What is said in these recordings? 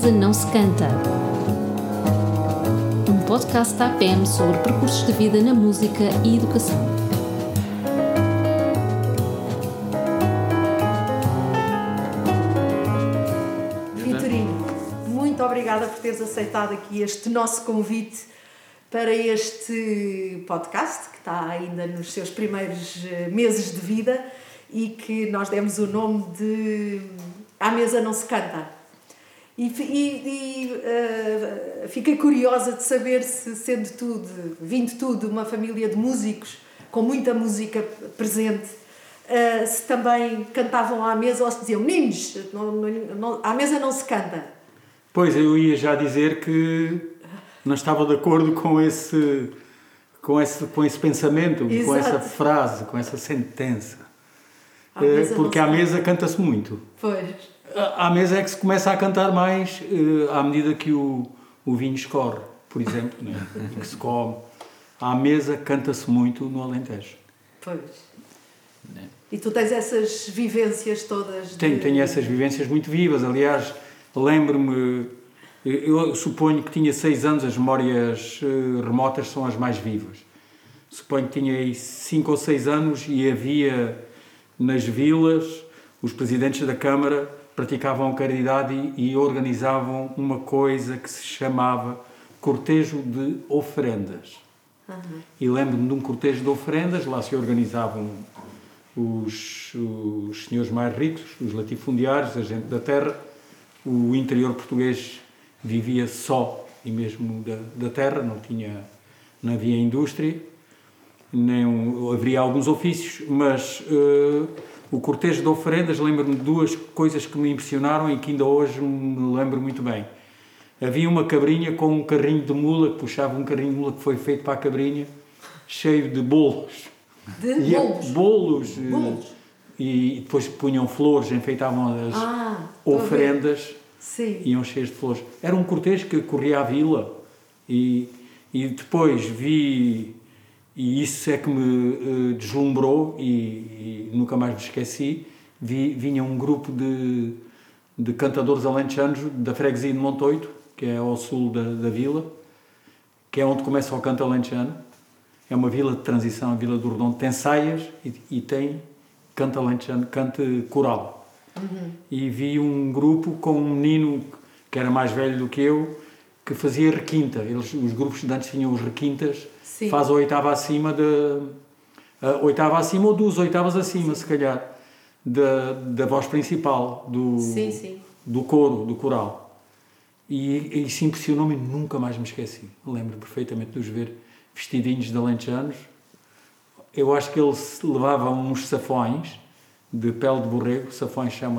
mesa não se canta. Um podcast da APM sobre percursos de vida na música e educação. Vitorino, muito obrigada por teres aceitado aqui este nosso convite para este podcast, que está ainda nos seus primeiros meses de vida e que nós demos o nome de À Mesa Não Se Canta. Fiquei curiosa de saber se, vindo tu de uma família de músicos, com muita música presente, se também cantavam à mesa ou se diziam: meninos, à mesa não se canta. Pois, eu ia já dizer que não estava de acordo com esse pensamento, Exato. com essa frase, com essa sentença. Porque à mesa canta-se muito. Pois. À mesa é que se começa a cantar mais à medida que o vinho escorre, por exemplo, né? Que se come. À mesa canta-se muito no Alentejo. Pois. Né? E tu tens essas vivências todas? Tenho essas vivências muito vivas. Aliás, lembro-me, eu suponho que tinha 6 anos, as memórias remotas são as mais vivas. Suponho que tinha aí 5 ou 6 anos e havia nas vilas, os presidentes da Câmara praticavam caridade e organizavam uma coisa que se chamava cortejo de oferendas. Uhum. E lembro-me de um cortejo de oferendas, lá se organizavam os senhores mais ricos, os latifundiários, a gente da terra. O interior português vivia só e mesmo da terra, não havia indústria, haveria alguns ofícios, mas o cortejo de oferendas, lembro-me de 2 coisas que me impressionaram e que ainda hoje me lembro muito bem. Havia uma cabrinha com um carrinho de mula, que puxava um carrinho de mula que foi feito para a cabrinha, cheio de bolos. Bolos. E depois punham flores, enfeitavam as oferendas, iam cheias de flores. Era um cortejo que corria à vila e depois vi, e isso é que me deslumbrou e nunca mais me esqueci, vinha um grupo de cantadores alentejanos da freguesia de Montoito, que é ao sul da vila, que é onde começa o canto alentejano. É uma vila de transição, a Vila do Redondo. Tem saias e tem canto alentejano, canto coral. Uhum. E vi um grupo com um menino que era mais velho do que eu, que fazia requinta. Os grupos de antes tinham os requintas. Sim. Faz a oitava acima ou 2 oitavas acima, se calhar, da voz principal, do coro, do coral. E isso impressionou-me e nunca mais me esqueci. Lembro perfeitamente de os ver vestidinhos de alentejanos. Eu acho que eles levavam uns safões de pele de borrego. Safões são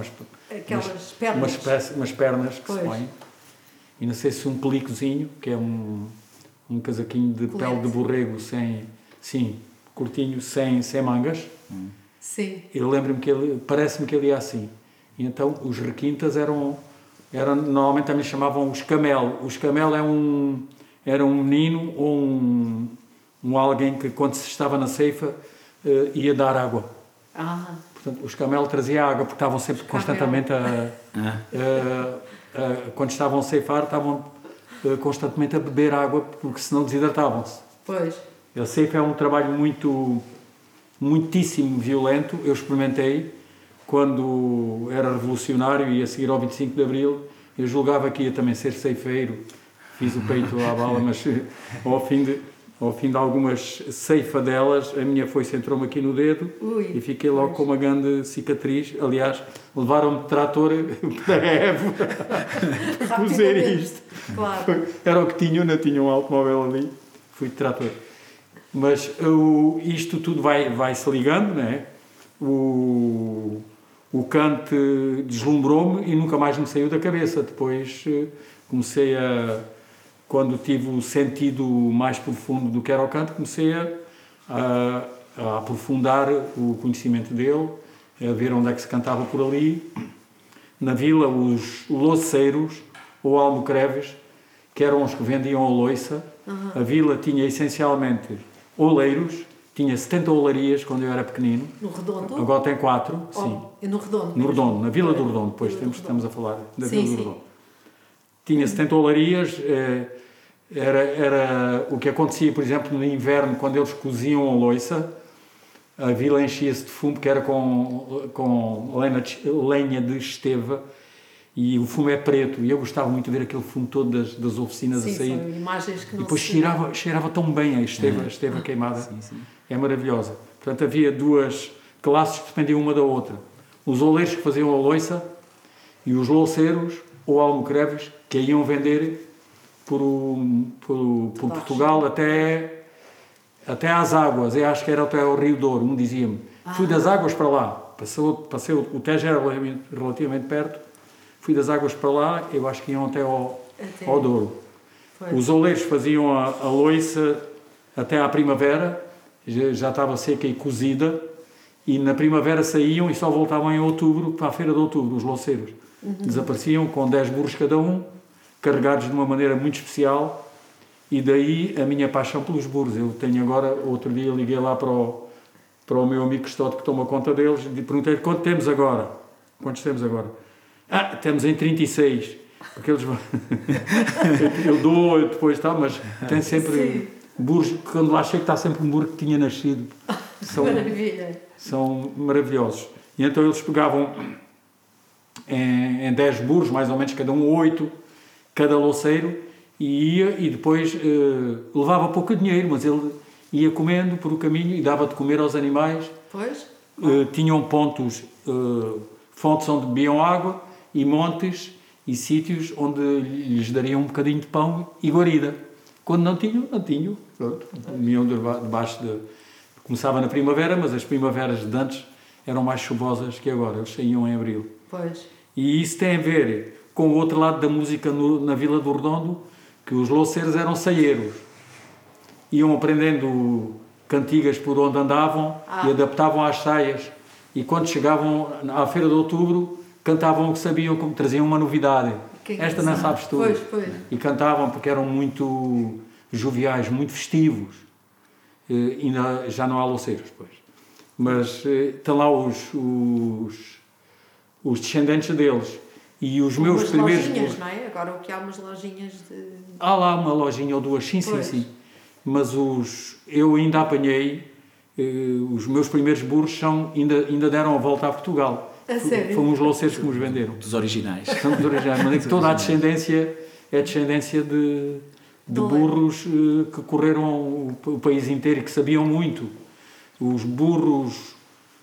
umas pernas que se põem. E não sei se um pelicozinho, que é um casaquinho de pele de borrego curtinho, sem mangas. Sim. Eu lembro-me parece-me que ele ia assim. E então os requintas eram normalmente também chamavam os camel. Os camel era um menino ou um alguém que quando se estava na ceifa ia dar água. Portanto, os camel traziam água porque estavam sempre constantemente quando estavam a ceifar, estavam constantemente a beber água, porque senão desidratavam-se. Pois. A ceifa é um trabalho muitíssimo violento. Eu experimentei quando era revolucionário e a seguir ao 25 de Abril. Eu julgava que ia também ser ceifeiro. Fiz o peito à bala, mas ao fim de algumas ceifadelas, a minha foice entrou-me aqui no dedo. E fiquei logo com uma grande cicatriz. Aliás, levaram-me de trator para a Évora para cozer isto. Claro. Era o que tinham, não tinha um automóvel ali. Fui de trator. Mas isto tudo vai-se ligando, não é? O canto deslumbrou-me e nunca mais me saiu da cabeça. Depois comecei quando tive o sentido mais profundo do que era o canto, comecei a aprofundar o conhecimento dele, a ver onde é que se cantava por ali. Na vila, os louceiros ou almocreves, que eram os que vendiam a louça. Uhum. A vila tinha essencialmente oleiros, tinha 70 olarias quando eu era pequenino. No Redondo? Agora tem 4, sim. E no Redondo? No Redondo, na Vila do Redondo, depois estamos a falar da Vila do Redondo. tinha 70 olarias. Era o que acontecia, por exemplo, no inverno, quando eles coziam a loiça, a vila enchia-se de fumo, que era com lenha de esteva, e o fumo é preto, e eu gostava muito de ver aquele fumo todo das oficinas a sair. São imagens que e depois cheirava tão bem a esteva queimada. Sim. É maravilhosa. Portanto, havia duas classes que dependiam uma da outra. Os oleiros que faziam a loiça e os louceiros ou almocreves que iam vender por Portugal até às águas. Eu acho que era até ao Rio Douro. Um dizia-me, fui das águas para lá. Passei o Tejo era relativamente perto. Fui das águas para lá, eu acho que iam até ao Douro. Foi. Os oleiros faziam a loiça até à primavera, já estava seca e cozida, e na primavera saíam e só voltavam em outubro, para a feira de outubro, os louceiros. Desapareciam com 10 burros cada um, carregados de uma maneira muito especial, e daí a minha paixão pelos burros. Eu tenho agora, outro dia liguei lá para o meu amigo Custódio, que toma conta deles, e perguntei-lhe quantos temos agora. Temos em 36, porque eles vão... eu dou depois, mas tem sempre burros, quando lá chego está sempre um burro que tinha nascido. São maravilhosos. E então eles pegavam em 10 burros, mais ou menos cada um 8, cada louceiro, e ia, e depois levava pouco dinheiro, mas ele ia comendo por o caminho e dava de comer aos animais. Pois? Tinham pontos, fontes onde bebiam água, e montes e sítios onde lhes dariam um bocadinho de pão e guarida. Quando não tinham. Comiam debaixo de... Começava na primavera, mas as primaveras de antes eram mais chuvosas que agora. Eles saíam em abril. Pois. E isso tem a ver com o outro lado da música na Vila do Redondo, que os louceiros eram saieiros. Iam aprendendo cantigas por onde andavam e adaptavam às saias. E quando chegavam à feira de outubro, cantavam o que sabiam, como traziam uma novidade. Esta não sabes tu. Pois. E cantavam porque eram muito joviais, muito festivos. Ainda já não há louceiros, pois. Mas estão lá os descendentes deles. E os meus primeiros... lojinhas, não é? Agora o que há umas lojinhas de... Há lá uma lojinha ou duas, sim. Mas eu ainda apanhei... os meus primeiros burros ainda deram a volta a Portugal. A sério? Foram os louceiros que nos venderam. Dos originais. São dos originais. Mas toda a descendência é descendência de burros que correram o país inteiro e que sabiam muito. Os burros,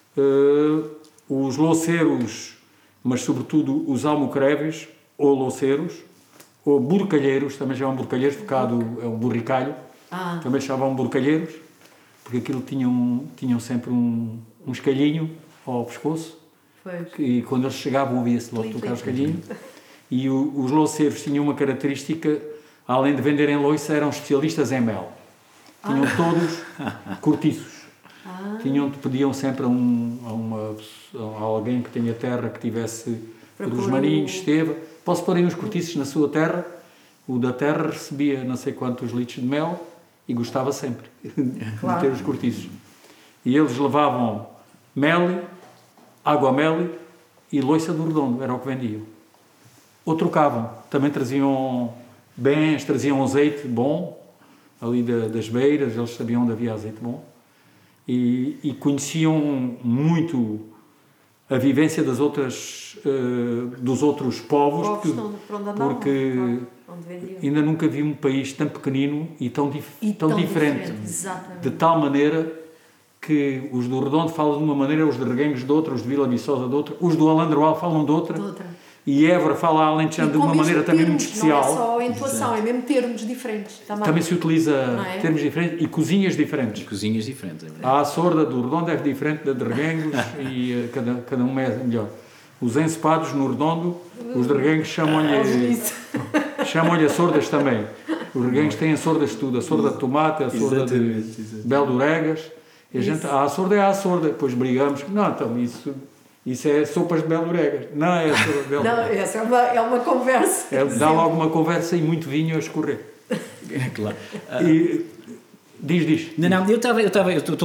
os louceiros, mas sobretudo os almocreves, ou louceiros, ou burcalheiros, também chamam burcalheiros, porque é um burricalho, também chamavam burcalheiros, porque aquilo tinham sempre um escalhinho ao pescoço. E quando eles chegavam ouvia-se logo tocar o escalhinho. E os louceiros tinham uma característica, além de venderem loiça, eram especialistas em mel. Tinham todos cortiços. Pediam sempre a alguém que tenha terra, que tivesse os maninhos, esteve. Posso pôr aí uns cortiços na sua terra? O da terra recebia não sei quantos litros de mel e gostava sempre de ter os cortiços. E eles levavam mel, água mel e loiça do Redondo, era o que vendiam. Ou trocavam, também traziam bens, traziam azeite bom, ali das beiras, eles sabiam onde havia azeite bom, e conheciam muito a vivência dos outros povos, porque ainda nunca vi um país tão pequenino e tão diferente. De tal maneira que os do Redondo falam de uma maneira, os de Reguengos de outra, os de Vila Viçosa de outra, os do Alandroal falam de outra. E Évora fala alentejano de uma maneira também muito especial. Não é só a intuação, é mesmo termos diferentes. Também se utiliza termos diferentes e cozinhas diferentes. É verdade. A sorda do Redondo é diferente da de Reguengos e cada uma é melhor. Os ensopados no Redondo, os de Reguengos chamam-lhe a sordas também. Os Reguengos têm a sordas de tudo, a sorda de tomate, a sorda de belduregas. E a sorda é a sorda, depois brigamos. Não, então isso é sopas de belduregas. Não, é a sopa de belduregas. Não, essa é uma conversa. Dá logo uma conversa e muito vinho a escorrer. É claro. E diz. Não, eu estou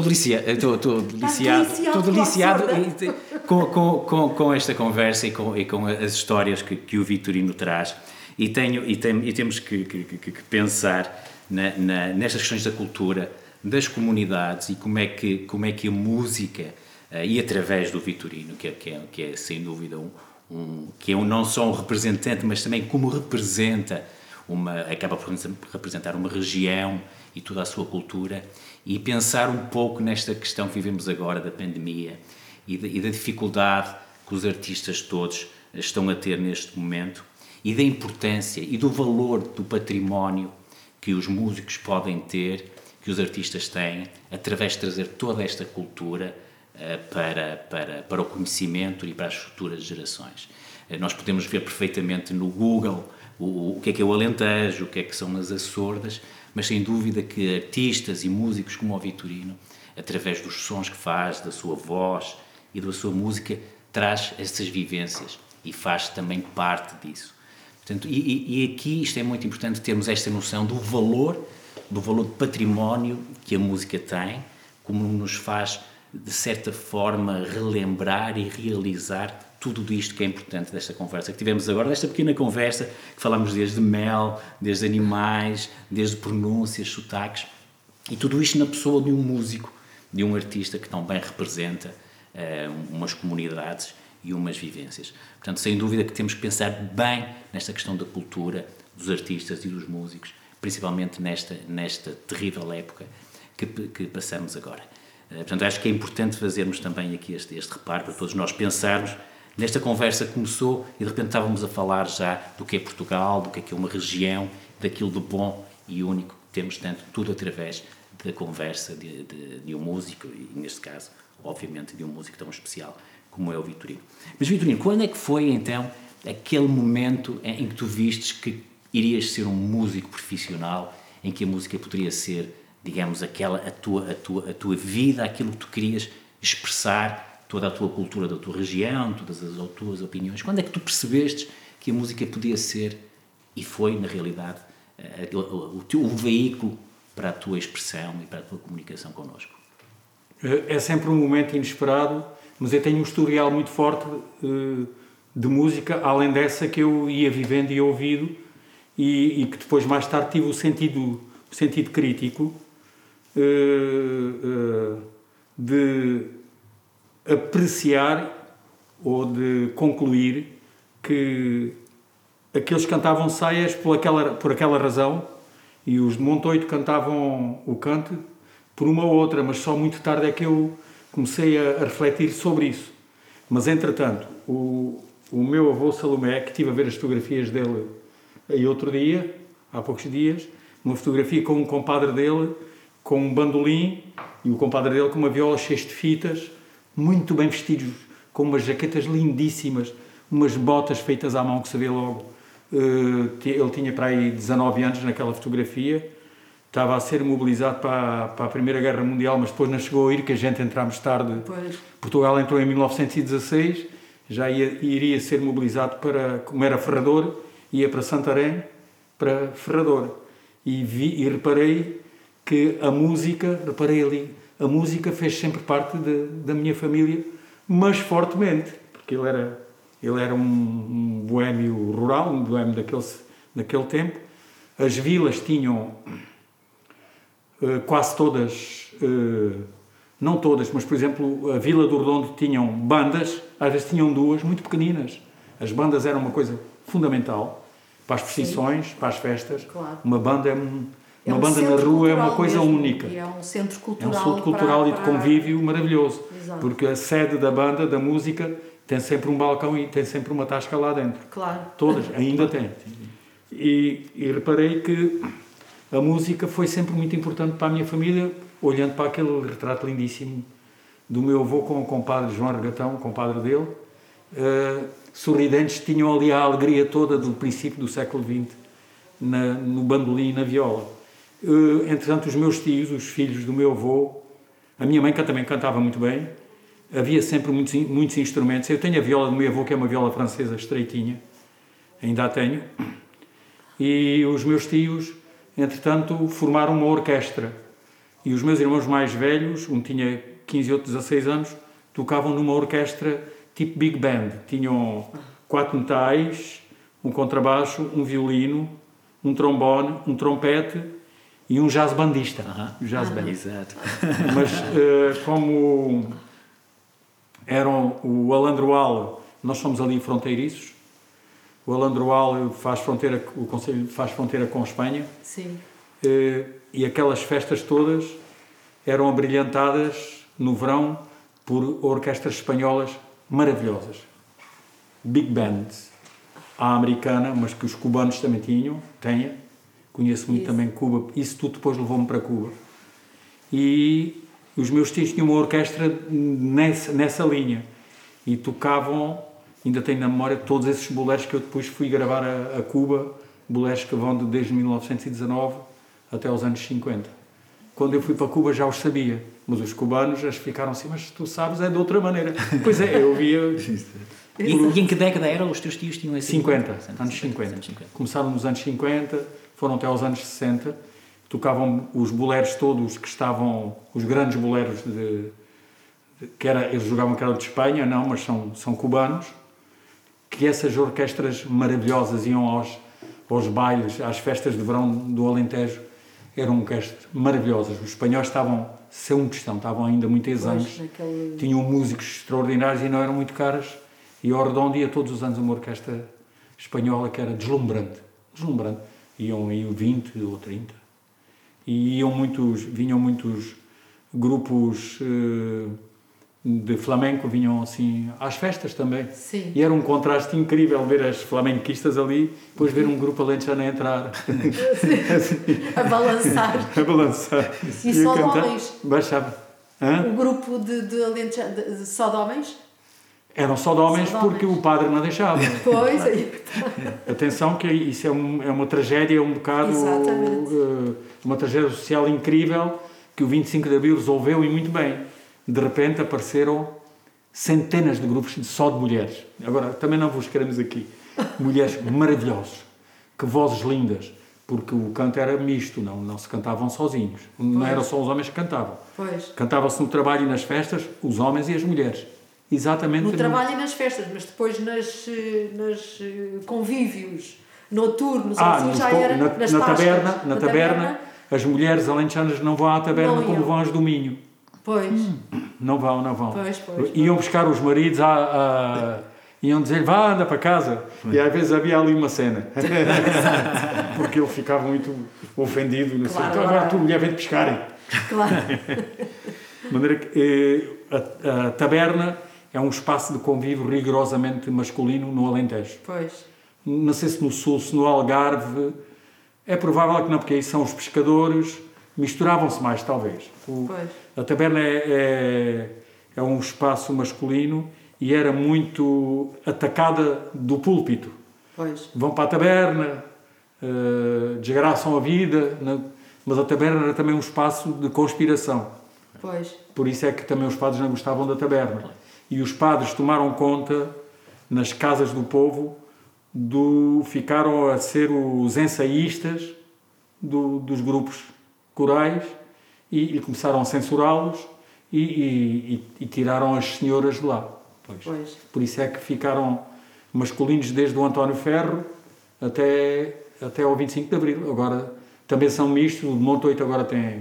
deliciado com esta conversa e com as histórias que o Vitorino traz. E temos que pensar nestas questões da cultura, das comunidades, e como é que a música, e através do Vitorino, que é sem dúvida que é não só um representante, mas também como representa acaba por representar uma região e toda a sua cultura, e pensar um pouco nesta questão que vivemos agora da pandemia e da dificuldade que os artistas todos estão a ter neste momento, e da importância e do valor do património que os músicos podem ter, que os artistas têm, através de trazer toda esta cultura para o conhecimento e para as futuras gerações. Nós podemos ver perfeitamente no Google o que é o Alentejo, o que é que são as Açordas, mas sem dúvida que artistas e músicos como o Vitorino, através dos sons que faz, da sua voz e da sua música, traz essas vivências e faz também parte disso. Portanto, e aqui isto é muito importante, termos esta noção do valor de património que a música tem, como nos faz, de certa forma, relembrar e realizar tudo isto que é importante desta conversa que tivemos agora, desta pequena conversa, que falámos desde mel, desde animais, desde pronúncias, sotaques, e tudo isto na pessoa de um músico, de um artista que tão bem representa umas comunidades e umas vivências. Portanto, sem dúvida que temos que pensar bem nesta questão da cultura, dos artistas e dos músicos, principalmente nesta terrível época que passamos agora. Portanto, acho que é importante fazermos também aqui este reparo, para todos nós pensarmos nesta conversa que começou e de repente estávamos a falar já do que é Portugal, do que é uma região, daquilo de bom e único que temos, tanto tudo através da conversa de um músico, e neste caso, obviamente, de um músico tão especial como é o Vitorino. Mas, Vitorino, quando é que foi, então, aquele momento em que tu vistes que irias ser um músico profissional, em que a música poderia ser, digamos, a tua vida, aquilo que tu querias expressar, toda a tua cultura da tua região, todas as tuas opiniões? Quando é que tu percebeste que a música podia ser, e foi, na realidade, o veículo para a tua expressão e para a tua comunicação connosco? É sempre um momento inesperado, mas eu tenho um historial muito forte de música, além dessa que eu ia vivendo e ouvindo, e que depois, mais tarde, tive o sentido crítico de apreciar ou de concluir que aqueles que cantavam saias por aquela razão, e os de Montoito cantavam o canto por uma ou outra, mas só muito tarde é que eu comecei a refletir sobre isso. Mas, entretanto, o meu avô Salomé, que estive a ver as fotografias dele aí outro dia, há poucos dias, uma fotografia com um compadre dele, com um bandolim, e o compadre dele com uma viola cheia de fitas, muito bem vestidos, com umas jaquetas lindíssimas, umas botas feitas à mão que se vê logo. Ele tinha para aí 19 anos naquela fotografia, estava a ser mobilizado para a Primeira Guerra Mundial, mas depois não chegou a ir, que a gente entramos tarde. Pois. Portugal entrou em 1916, já iria ser mobilizado como era ferrador, ia para Santarém, para ferrador. E reparei que a música fez sempre parte da minha família, mas fortemente, porque ele era um boémio rural, um boémio daquele tempo. As vilas tinham quase todas, não todas, mas, por exemplo, a Vila do Redondo tinham bandas, às vezes tinham duas, muito pequeninas. As bandas eram uma coisa fundamental para as procissões, para as festas. Claro. Uma banda uma banda na rua é uma coisa mesmo, única. E é um centro cultural. É um centro cultural e de convívio maravilhoso. Exato. Porque a sede da banda, da música, tem sempre um balcão e tem sempre uma tasca lá dentro. Claro. Todas, ainda tem. E reparei que a música foi sempre muito importante para a minha família, olhando para aquele retrato lindíssimo do meu avô com o compadre João Regatão, o compadre dele. Sorridentes, tinham ali a alegria toda do princípio do século XX, no bandolim e na viola. Entretanto, os meus tios, os filhos do meu avô, a minha mãe também cantava muito bem, havia sempre muitos instrumentos. Eu tenho a viola do meu avô, que é uma viola francesa estreitinha, ainda a tenho, e os meus tios, entretanto, formaram uma orquestra, e os meus irmãos mais velhos, um tinha 15 e outro 16 anos, tocavam numa orquestra tipo Big Band. Tinham 4 metais, um contrabaixo, um violino, um trombone, um trompete e um jazz bandista. Jazz band. Exato. Mas como eram o Alandroal, nós somos ali fronteiriços, o Alandroal faz fronteira, o Conselho faz fronteira com a Espanha. Sim. E aquelas festas todas eram abrilhantadas no verão por orquestras espanholas maravilhosas. Big bands, à americana, mas que os cubanos também têm. Conheço muito também Cuba. Isso tudo depois levou-me para Cuba. E os meus tios tinham uma orquestra nessa linha. E tocavam, ainda tenho na memória, todos esses boleros que eu depois fui gravar a Cuba. Boleros que vão desde 1919 até os anos 50. Quando eu fui para Cuba já os sabia. Mas os cubanos já ficaram assim, mas tu sabes, é de outra maneira. Pois é, eu via... E em que década eram os teus tios? Tinham esse 50, anos 50. Começaram nos anos 50, foram até aos anos 60. Tocavam os boleros todos que estavam, os grandes boleros eles jogavam que eram de Espanha, não, mas são cubanos. Que essas orquestras maravilhosas iam aos bailes, às festas de verão do Alentejo. Eram orquestras maravilhosas. Os espanhóis estavam, estavam ainda muito exames. Tinham músicos extraordinários e não eram muito caras. E ao redondo ia todos os anos uma orquestra espanhola que era deslumbrante. Iam 20 ou 30. E vinham muitos grupos de flamenco, vinham assim às festas também. Sim. E era um contraste incrível ver as flamenquistas ali, depois ver um grupo alentejano a entrar. A balançar. A balançar. E só de homens? Baixava. O grupo de alentejano, só de homens? Eram só de homens porque o padre não deixava. Pois, aí. Atenção que isso é uma tragédia, um bocado... uma tragédia social incrível que o 25 de Abril resolveu e muito bem. De repente apareceram centenas de grupos só de mulheres. Agora, também não vos queremos aqui. Mulheres maravilhosas, que vozes lindas, porque o canto era misto, não se cantavam sozinhos. Não eram só os homens que cantavam. Pois. Cantava-se no trabalho e nas festas, os homens e as mulheres. Exatamente. No trabalho e nas festas, mas depois nos convívios noturnos, assim, já era nas tascas. Na taberna, as mulheres alentejanas não vão à taberna como vão as do Minho. Pois. Não vão. Pois. Iam buscar os maridos, iam dizer, vá, anda para casa. E às vezes havia ali uma cena. Porque ele ficava muito ofendido. Não sei, então agora tu mulher vem-te pescarem. Claro. De maneira que a taberna é um espaço de convívio rigorosamente masculino no Alentejo. Pois. Não sei se no Sul, se no Algarve, é provável que não, porque aí são os pescadores, misturavam-se mais, talvez. A taberna é um espaço masculino e era muito atacada do púlpito. Pois. Vão para a taberna, desgraçam a vida, mas a taberna era também um espaço de conspiração. Pois. Por isso é que também os padres não gostavam da taberna. E os padres tomaram conta, nas casas do povo, ficaram a ser os ensaístas dos grupos corais e começaram a censurá-los e tiraram as senhoras de lá. Pois. Por isso é que ficaram masculinos desde o António Ferro até ao 25 de Abril. Agora também são mistos, o Montoito agora tem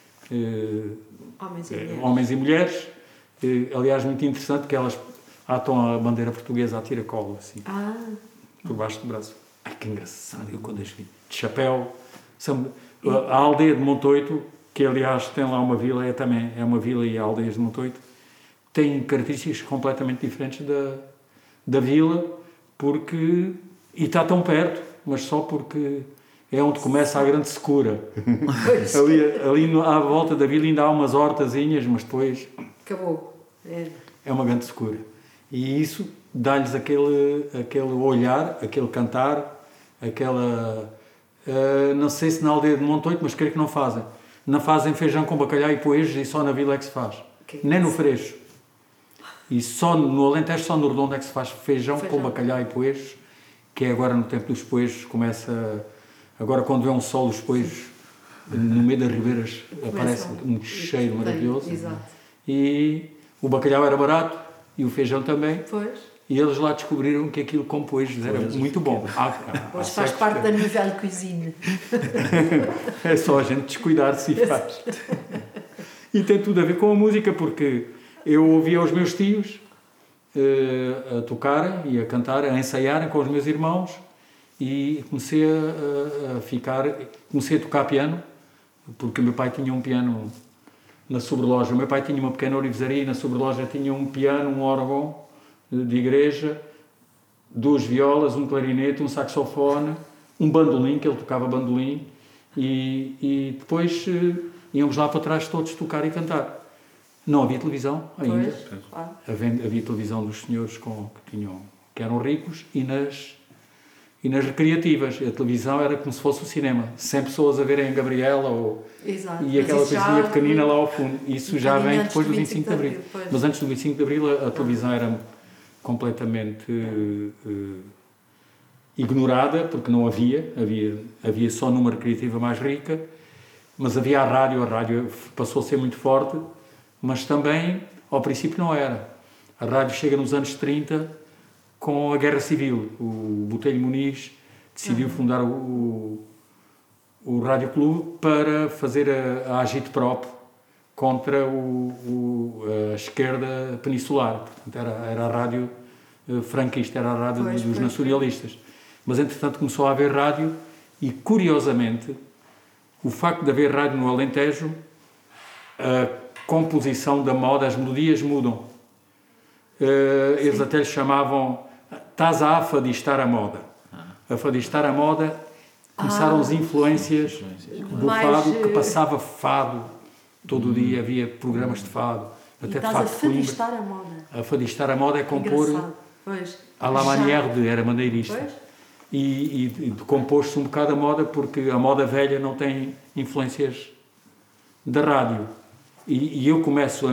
homens e mulheres. Aliás, muito interessante que elas atam a bandeira portuguesa a tiracolo, assim, por baixo do braço. Ai, que engraçado, eu quando as vi, de chapéu. A aldeia de Montoito, que aliás tem lá uma vila, é uma vila e a aldeia de Montoito, tem características completamente diferentes da vila, e está tão perto, mas só porque é onde começa a grande secura. ali à volta da vila ainda há umas hortazinhas, mas depois... Acabou. É uma grande secura. E isso dá-lhes aquele olhar, aquele cantar, não sei se na aldeia de Montoito, mas creio que não fazem. Não fazem feijão com bacalhau e poejos e só na vila é que se faz. Nem no Freixo. E só no Alentejo, só no Redondo é que se faz feijão com bacalhau e poejos, que é agora no tempo dos poejos, começa... Agora quando vê um sol, os poejos no meio das ribeiras aparece um cheiro maravilhoso. Exato. E o bacalhau era barato e o feijão também. Pois. e eles lá descobriram que aquilo com pois era muito bom. Pois faz parte da nouvelle cuisine. É só a gente descuidar-se e faz. E tem tudo a ver com a música, porque eu ouvia os meus tios a tocarem e a cantarem, a ensaiarem com os meus irmãos, e comecei a tocar piano, porque o meu pai tinha um piano na sobreloja. O meu pai tinha uma pequena orivesaria e na sobreloja tinha um piano, um órgão de igreja, 2 violas, um clarinete, um saxofone, um bandolim, que ele tocava bandolim, e depois íamos lá para trás todos tocar e cantar. Não havia televisão ainda. Pois, claro. Havia televisão dos senhores que eram ricos, e nas recreativas. A televisão era como se fosse o cinema. 100 pessoas a verem Gabriela Exato. E aquela coisinha pequenina lá ao fundo. Isso já vem depois do 25 de Abril. Pois. Mas antes do 25 de Abril a televisão era completamente ignorada, porque não havia só numa recreativa mais rica, mas havia a rádio passou a ser muito forte, mas também ao princípio não era. A rádio chega nos anos 30 com a Guerra Civil. O Botelho Muniz decidiu fundar o Rádio Clube para fazer a agite-prop contra a esquerda peninsular. Portanto, era a rádio franquista, era a rádio dos nacionalistas. Mas, entretanto, começou a haver rádio e, curiosamente, o facto de haver rádio no Alentejo, a composição da moda, as melodias mudam. Eles até lhe chamavam "estás a afadistar a moda". Afadistar a moda, começaram as influências do fado, que passava fado todo o dia, havia programas de fado, até de fado de Coimbra. Afadistar a moda. Afadistar a moda é compor à la manière de, era maneirista. Pois. E compôs-se um bocado a moda, porque a moda velha não tem influências da rádio. E eu começo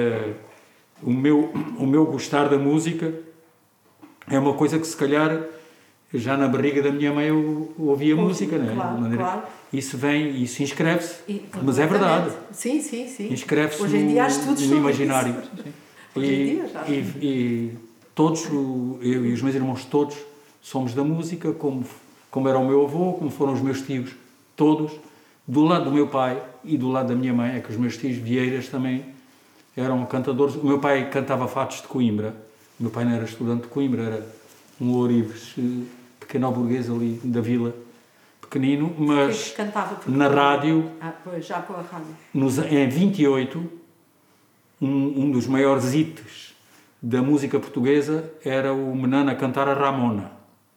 o meu gostar da música é uma coisa que, se calhar, já na barriga da minha mãe eu ouvia música, não é? Claro. Isso inscreve-se, mas é verdade. Sim. Inscreve-se Hoje em dia há estudos no imaginário. Hoje em dia já. E todos, eu e os meus irmãos todos, somos da música, como era o meu avô, como foram os meus tios, todos. Do lado do meu pai e do lado da minha mãe, é que os meus tios Vieiras também eram cantadores. O meu pai cantava fados de Coimbra. O meu pai não era estudante de Coimbra, era um ourives pequeno burguês ali da vila, pequenino, mas que cantava na rádio, pois, já com a rádio. Em 28, um dos maiores hits da música portuguesa era o Menano a cantar a Ramona.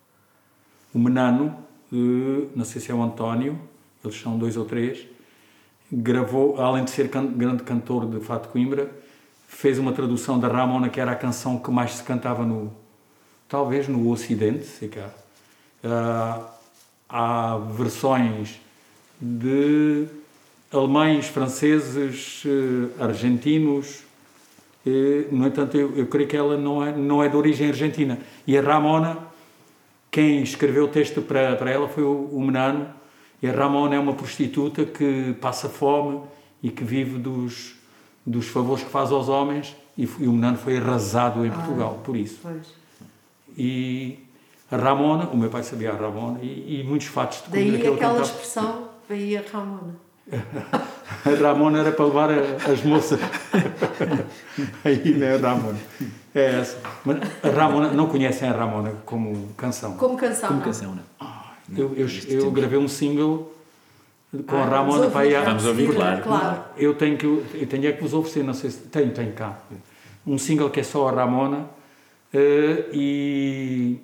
O Menano, não sei se é o António, eles são 2 ou 3, gravou, além de ser grande cantor de fado de Coimbra, fez uma tradução da Ramona, que era a canção que mais se cantava talvez no Ocidente, sei cá. Há versões de alemães, franceses, argentinos. No entanto, eu creio que ela não é de origem argentina. E a Ramona, quem escreveu o texto para ela foi o Menano. E a Ramona é uma prostituta que passa fome e que vive dos favores que faz aos homens. E o Menano foi arrasado em Portugal por isso. Pois. E a Ramona, o meu pai sabia a Ramona, e muitos fatos de Coimbra que ele cantava. Daí aquela expressão, daí a Ramona. A Ramona era para levar as moças. Aí não é a Ramona. É essa. Mas a Ramona, não conhecem a Ramona como canção? Como canção, Como canção, não. Eu gravei um single com a Ramona para ir à... Vamos ouvir, claro. Eu tenho que vos oferecer, não sei se... Tenho cá. Um single que é só a Ramona, e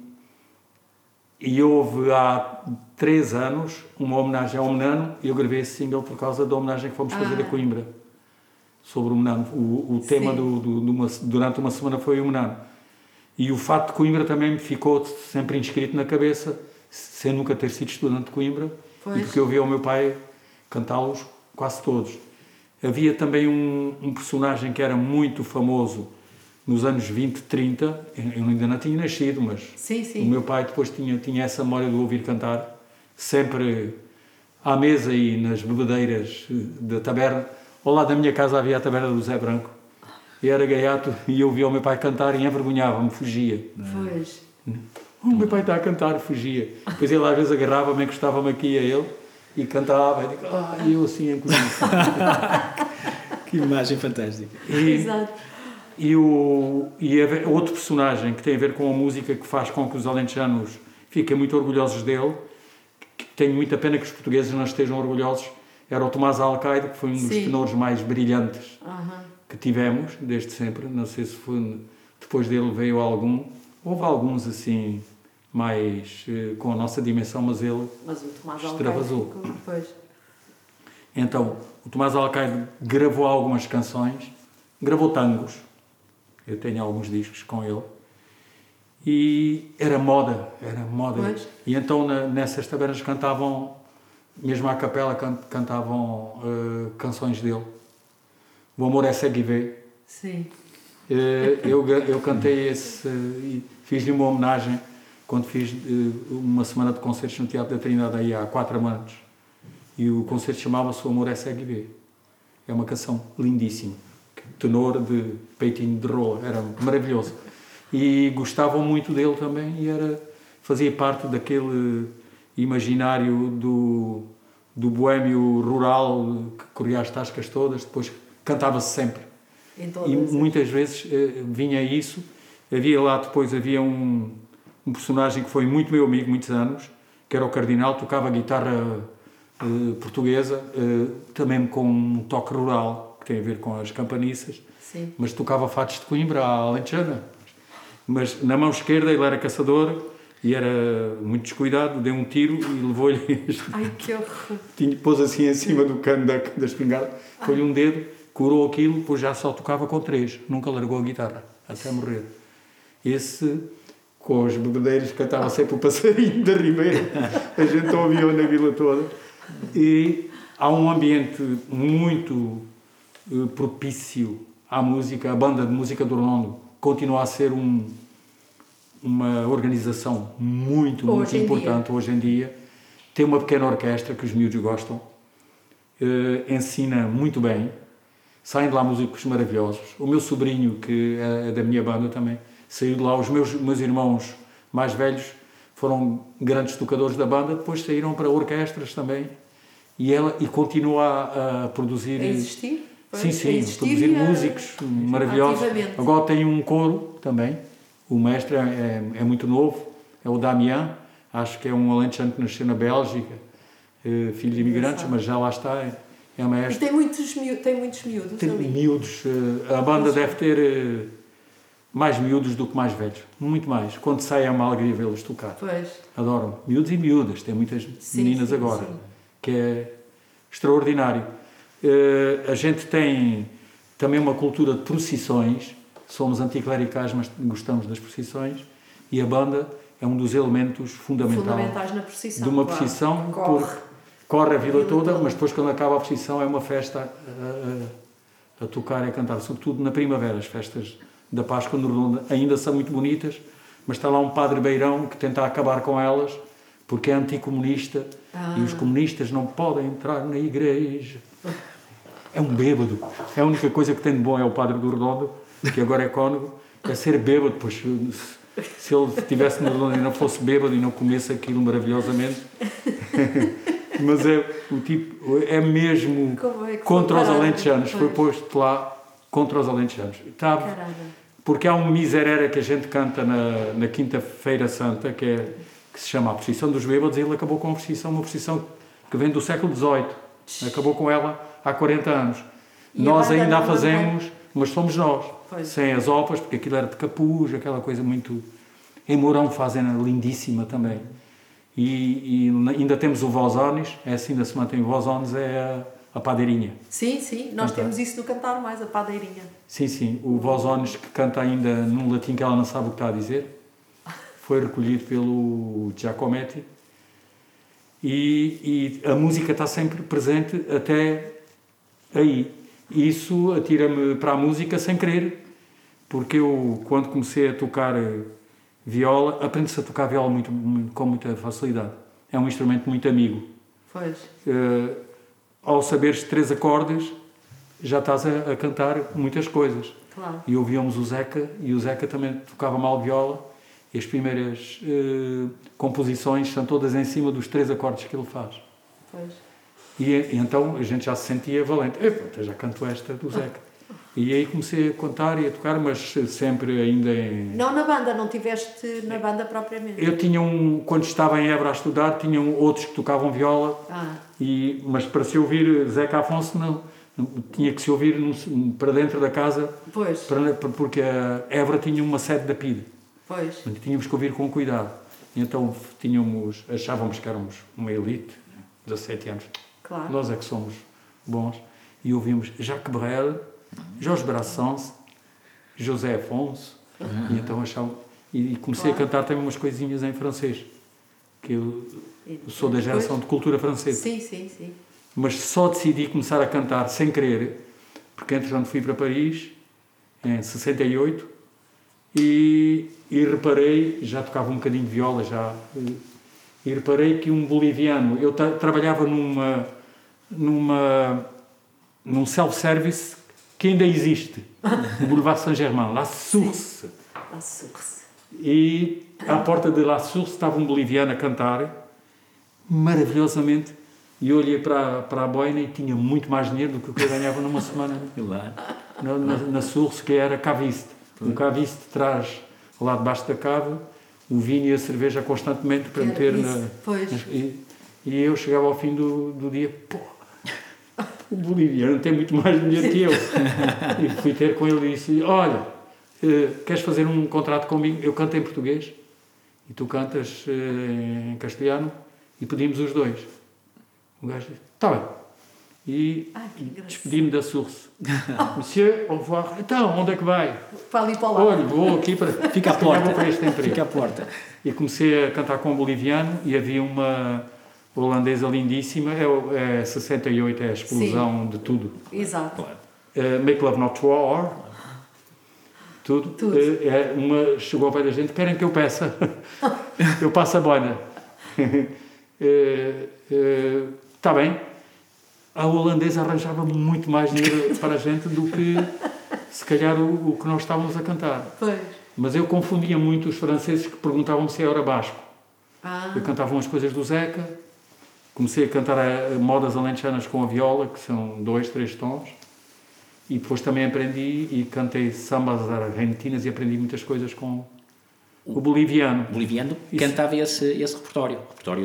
houve há 3 anos uma homenagem ao Menano, e eu gravei esse single por causa da homenagem que fomos fazer a Coimbra, sobre o Menano. O tema durante uma semana foi o Menano. E o fato de Coimbra também me ficou sempre inscrito na cabeça, sem nunca ter sido estudante de Coimbra, e porque eu via o meu pai cantá-los quase todos. Havia também um personagem que era muito famoso nos anos 20, 30, eu ainda não tinha nascido, mas o meu pai depois tinha essa memória de ouvir cantar, sempre à mesa e nas bebedeiras da taberna. Ao lado da minha casa havia a taberna do Zé Branco, e era gaiato, e eu via o meu pai cantar e envergonhava-me, fugia. Pois. O meu pai está a cantar, fugia. Depois ele às vezes agarrava-me, encostava-me aqui a ele e cantava, e eu assim encolhi. Que imagem fantástica. Exato. E outro personagem que tem a ver com a música, que faz com que os alentejanos fiquem muito orgulhosos dele, que tenho muita pena que os portugueses não estejam orgulhosos, era o Tomás Alcaide, que foi um dos tenores mais brilhantes que tivemos, desde sempre. Não sei se foi depois dele veio algum. Houve alguns assim, mais com a nossa dimensão, mas ele extravasou. Pois. Então, o Tomás Alcaide gravou algumas canções, gravou tangos. Eu tenho alguns discos com ele. E era moda. Pois. E então nessas tabernas cantavam, mesmo à capela, cantavam canções dele. O Amor é Segue e Vê. Sim. Eu cantei esse, fiz-lhe uma homenagem quando fiz uma semana de concertos no Teatro da Trindade aí há 4 anos. E o concerto chamava-se O Amor é Segue e Vê. É uma canção lindíssima. Tenor de peitinho de rola. Era maravilhoso. E gostavam muito dele também e fazia parte daquele imaginário do boémio rural que corria as tascas todas, depois cantava-se sempre. E muitas vezes vinha isso. Havia um personagem que foi muito meu amigo, muitos anos, que era o Cardinal, tocava guitarra portuguesa, também com um toque rural, que tem a ver com as campaniças. Sim. Mas tocava fatos de Coimbra, à alentejana. Mas na mão esquerda ele era caçador e era muito descuidado, deu um tiro e levou-lhe... Ai, que horror! Pôs assim em cima do cano da espingarda, foi-lhe um dedo, curou aquilo, depois já só tocava com 3, nunca largou a guitarra, até morrer. Esse, com os bebedeiros, cantava sempre o Passarinho da Ribeira, a gente ouvia na vila toda. E há um ambiente muito propício à música. A banda de música do Redondo continua a ser uma organização muito importante hoje em dia. Tem uma pequena orquestra que os miúdos gostam, ensina muito bem, saem de lá músicos maravilhosos. O meu sobrinho, que é da minha banda também, saiu de lá. Os meus irmãos mais velhos foram grandes tocadores da banda, depois saíram para orquestras também e continua a produzir... A existir? Sim, produzir músicos maravilhosos. Ativamente. Agora tem um coro também. O mestre é muito novo, é o Damián, acho que é um alentejano que nasceu na Bélgica, filho de imigrantes, mas já lá está, é maestro. E tem muitos miúdos Tem ali? miúdos, a banda deve ter mais miúdos do que mais velhos, muito mais. Quando sai é uma alegria vê-los tocar. Pois. Adoram. Miúdos e miúdas, tem muitas meninas agora, que é extraordinário. A gente tem também uma cultura de procissões, somos anticlericais, mas gostamos das procissões, e a banda é um dos elementos fundamentais na procissão, de uma procissão, porque corre a vila toda, mas depois quando acaba a procissão é uma festa a tocar e a cantar, sobretudo na primavera. As festas da Páscoa no Redondo ainda são muito bonitas, mas está lá um padre beirão que tenta acabar com elas, porque é anticomunista, e os comunistas não podem entrar na igreja. É um bêbado. É a única coisa que tem de bom é o padre do Redondo, que agora é cônego, é ser bêbado. Pois, se ele estivesse no Redondo e não fosse bêbado e não comesse aquilo maravilhosamente. Mas é mesmo contra os alentejanos. Foi posto lá contra os alentejanos. Porque há um miserere que a gente canta na Quinta-feira Santa, que se chama a Procissão dos Bêbados, e ele acabou com uma procissão que vem do século XVIII. Acabou com ela há 40 anos. Nós ainda a fazemos, mas somos nós. Pois. Sem as opas, porque aquilo era de capuz, aquela coisa muito... Em Mourão fazem lindíssima também. E ainda temos o Vozones, assim da semana tem o Vozones, é a padeirinha. Sim, nós temos isso no Cantar Mais, a padeirinha. Sim, o Vozones, que canta ainda num latim que ela não sabe o que está a dizer, foi recolhido pelo Giacometti. E a música está sempre presente até aí. Isso atira-me para a música sem querer, porque eu, quando comecei a tocar viola, aprende-se a tocar viola com muita facilidade. É um instrumento muito amigo. Pois. Ao saberes 3 acordes, já estás a cantar muitas coisas. Claro. E ouvíamos o Zeca, e o Zeca também tocava mal viola, e as primeiras composições são todas em cima dos 3 acordes que ele faz. Pois. E então a gente já se sentia valente. Eu já canto esta do Zeca. E aí comecei a cantar e a tocar, mas sempre ainda em... Não na banda, não tiveste na banda propriamente? Eu tinha quando estava em Évora a estudar, tinha outros que tocavam viola, mas para se ouvir Zeca Afonso não tinha que se ouvir para dentro da casa, pois. Porque a Évora tinha uma sede da PIDE. Pois. Tínhamos que ouvir com cuidado. E então achávamos que éramos uma elite, 17 anos. Claro. Nós é que somos bons. E ouvimos Jacques Brel, Jorge Brassens, José Afonso. E então e comecei a cantar também umas coisinhas em francês. Que eu sou da geração de cultura francesa. Sim. Mas só decidi começar a cantar sem querer, porque entretanto fui para Paris, em 68, e reparei, já tocava um bocadinho de viola, e reparei que um boliviano, eu trabalhava num self-service que ainda existe, no Boulevard Saint-Germain, La Source. La Source. E à porta de La Source estava um boliviano a cantar, maravilhosamente, e eu olhei para a boina e tinha muito mais dinheiro do que o que eu ganhava numa semana na Source, que era caviste. O caviste traz lá debaixo da cave o vinho e a cerveja constantemente para meter e eu chegava ao fim do dia, o boliviano tem muito mais dinheiro que eu. E fui ter com ele e disse, olha, queres fazer um contrato comigo? Eu canto em português e tu cantas em castelhano, e pedimos os dois. O gajo disse, está bem. E despedi-me da Source. Monsieur, au revoir. Então, onde é que vai? Para ali para lá. Olha, vou aqui para... Fica à porta. Para este emprego. Fica à porta. E comecei a cantar com um boliviano, e havia uma holandesa lindíssima. 68, é a explosão de tudo. Exato. Make Love Not War. Tudo. Uma chegou ao pé da gente, querem que eu peça? Eu passo a boina. Está bem. A holandesa arranjava muito mais dinheiro para a gente do que, se calhar, o que nós estávamos a cantar. Pois. Mas eu confundia muito os franceses que perguntavam se eu era basco. Eu cantava umas coisas do Zeca, comecei a cantar modas alentejanas com a viola, que são 2, 3 tons, e depois também aprendi e cantei sambas argentinas e aprendi muitas coisas com o boliviano. Boliviano cantava esse repertório.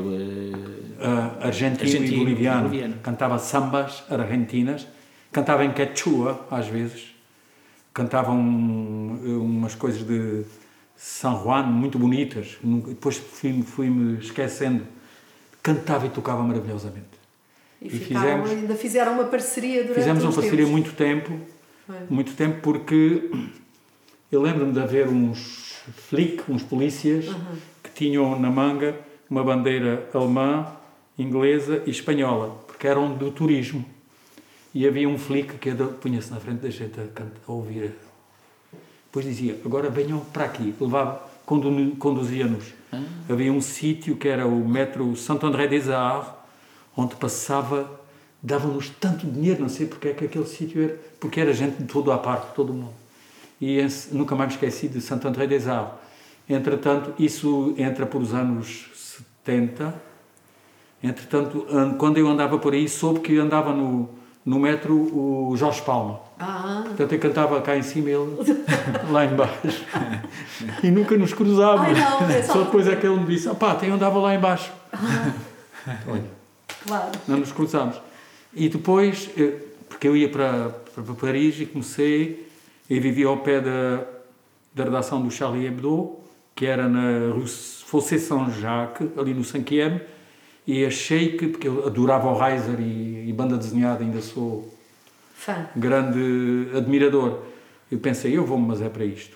Argentino e boliviano. Cantava sambas argentinas, cantava em quechua, às vezes. Cantavam umas coisas de San Juan muito bonitas. Depois fui-me esquecendo. Cantava e tocava maravilhosamente. E ainda fizeram uma parceria durante Fizemos uma parceria muito tempo, porque eu lembro-me de haver uns polícias que tinham na manga uma bandeira alemã, inglesa e espanhola, porque eram do turismo. E havia um flic que punha-se na frente da gente a ouvir. Depois dizia, agora venham para aqui. Conduzia-nos. Havia um sítio que era o metro Saint-André-des-Arts, onde passava, dava-nos tanto dinheiro, não sei porque é que aquele sítio era, porque era gente de todo à parte, todo mundo. E nunca mais me esqueci de Saint-André-des-Arts. Entretanto, isso entra por os anos 70. Entretanto, quando eu andava por aí, soube que andava no metro o Jorge Palma. Portanto, eu cantava cá em cima e ele lá em baixo. E nunca nos cruzávamos. Só depois é que ele me disse, eu andava lá em baixo. Olha. Claro. Não nos cruzámos. E depois, porque eu ia para Paris e comecei, eu vivia ao pé da redação do Charlie Hebdo, que era na Rue Fossé Saint-Jacques, ali no 5e, e achei que, porque eu adorava o Reiser e banda desenhada, ainda sou grande admirador, eu pensei, mas é para isto.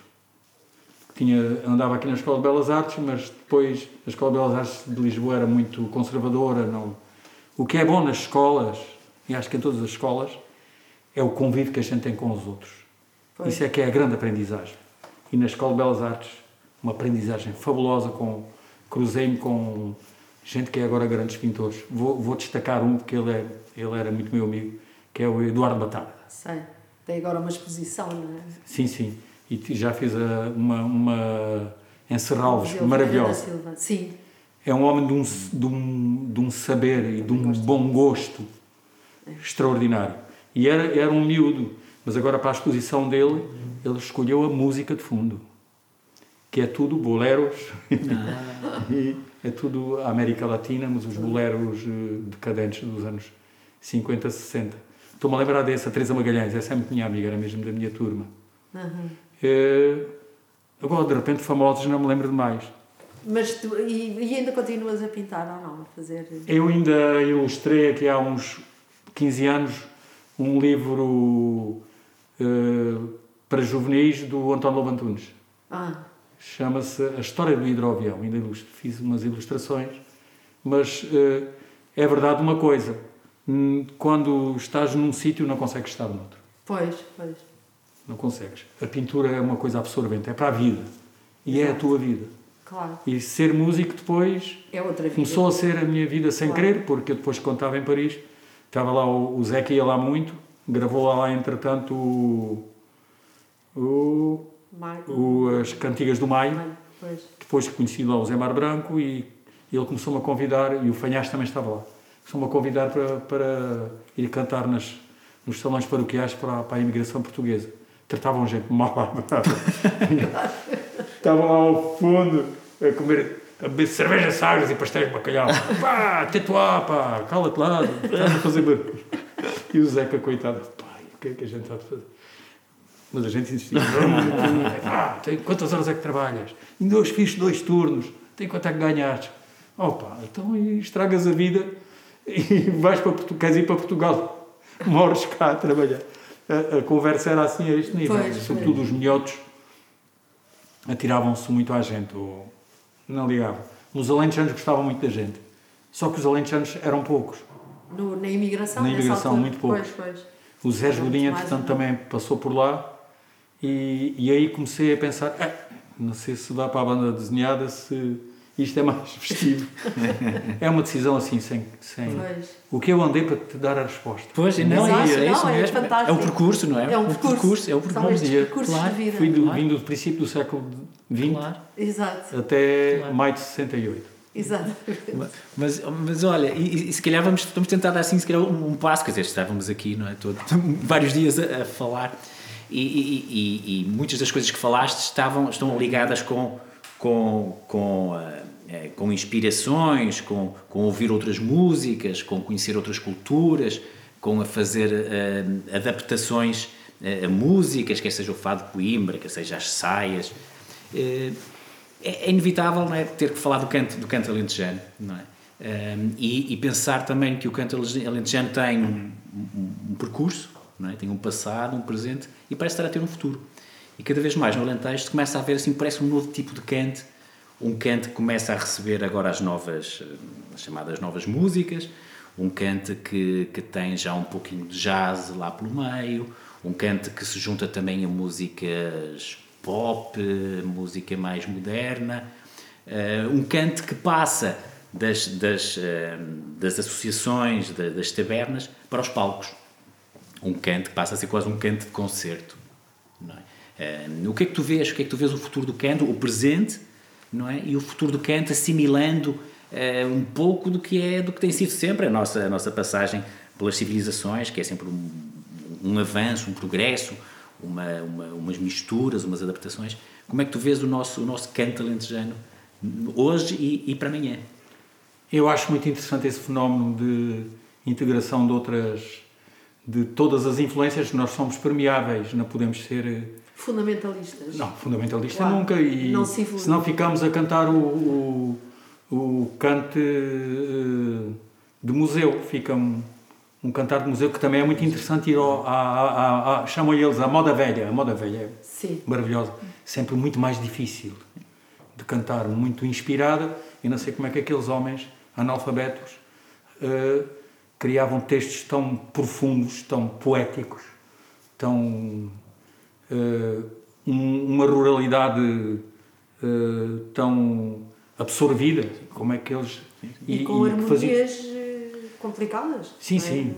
Andava aqui na Escola de Belas Artes, mas depois a Escola de Belas Artes de Lisboa era muito conservadora. O que é bom nas escolas, e acho que em todas as escolas, é o convívio que a gente tem com os outros. Isso é que é a grande aprendizagem. E na Escola de Belas Artes, uma aprendizagem fabulosa, cruzei-me com gente que é agora grandes pintores. Vou destacar um, porque ele era muito meu amigo, que é o Eduardo Batalha. Sei. Tem agora uma exposição, não é? Sim, sim. E já fiz uma em Serralves maravilhosa. Sim. É um homem de um saber e de um bom gosto extraordinário. E era um miúdo, mas agora para a exposição dele, ele escolheu a música de fundo, que é tudo boleros, e é tudo a América Latina, mas os boleros decadentes dos anos 50, 60. Estou-me a lembrar dessa, Teresa Magalhães, essa é muito minha amiga, era mesmo da minha turma. Agora, de repente, famosos, não me lembro de mais. Mas e ainda continuas a pintar ou não? A fazer... Eu ainda ilustrei aqui há uns 15 anos um livro para juvenis do António Lobo Antunes. Chama-se A História do Hidroavião. Ainda fiz umas ilustrações, mas é verdade uma coisa, quando estás num sítio não consegues estar noutro. Pois. Não consegues. A pintura é uma coisa absorvente, é para a vida. E é a tua vida. Claro. E ser músico depois é outra vida. Começou a ser a minha vida sem querer, porque eu depois quando estava em Paris, estava lá, o Zeca ia lá muito, gravou lá entretanto as Cantigas do Maio, depois conheci lá o Zé Mar Branco e ele começou-me a convidar, e o Fanhás também estava lá, começou-me a convidar para ir cantar nos salões paroquiais para a imigração portuguesa. Tratavam gente mal. Estavam lá ao fundo a comer, a beber cerveja Sagres e pastéis de bacalhau. Pá, tatuá, pá, cala-te lá, estás a fazer barulho. E o Zeca, coitado, pai, o que é que a gente está a fazer? Mas a gente insistia. Quantas horas é que trabalhas? Ainda hoje fiz 2 turnos. Tem quanto é que ganhaste? Opa, então estragas a vida e vais para Portugal, queres ir para Portugal. Mores cá a trabalhar. A conversa era assim a este nível. Sobretudo os minhotos atiravam-se muito à gente, ou não ligavam. Os alentejanos gostavam muito da gente. Só que os alentejanos eram poucos. Na imigração? Na imigração, muito poucos. Pois. O Zé Godinho, entretanto, também passou por lá. E aí comecei a pensar, não sei se dá para a banda desenhada, se isto é mais festivo. É uma decisão assim, sem o que eu andei para te dar a resposta. Pois, não, é isso mesmo. É o percurso, não é? É um percurso. É o percurso. Claro. De vida. Vindo do princípio do século XX até maio de 68. Exato. Mas olha, e se calhar vamos tentar dar assim, se calhar um passo, quer dizer, estávamos aqui, não é? Vários dias a falar e muitas das coisas que falaste estão ligadas com inspirações, com ouvir outras músicas, com conhecer outras culturas, com a fazer adaptações a músicas, quer seja o fado de Coimbra, quer seja as saias. É inevitável, não é, ter que falar do canto alentejano, não é? E pensar também que o canto alentejano tem um percurso, não é? Tem um passado, um presente e parece estar a ter um futuro. E cada vez mais no Alentejo se começa a ver assim, parece um novo tipo de canto, um canto que começa a receber agora as chamadas novas músicas, um canto que tem já um pouquinho de jazz lá pelo meio, um canto que se junta também a músicas pop, música mais moderna, um canto que passa das associações, das tabernas para os palcos, um canto que passa a ser quase um canto de concerto, não é? O que é que tu vês? O que é que tu vês o futuro do canto, o presente, não é? E o futuro do canto assimilando um pouco do que tem sido sempre a nossa passagem pelas civilizações, que é sempre um avanço, um progresso, umas misturas, umas adaptações. Como é que tu vês o nosso canto alentejano hoje e para amanhã? Eu acho muito interessante esse fenómeno de integração de todas as influências. Nós somos permeáveis, não podemos ser fundamentalistas. Não, fundamentalista nunca. E não se não ficamos a cantar o canto de museu, fica um cantar de museu que também é muito interessante ir chamam eles a moda velha. A moda velha é maravilhosa, sempre muito mais difícil de cantar, muito inspirada. Eu não sei como é que aqueles homens analfabetos criavam textos tão profundos, tão poéticos, tão uma ruralidade tão absorvida, como é que eles e com harmonias complicadas. Sim, não é? sim.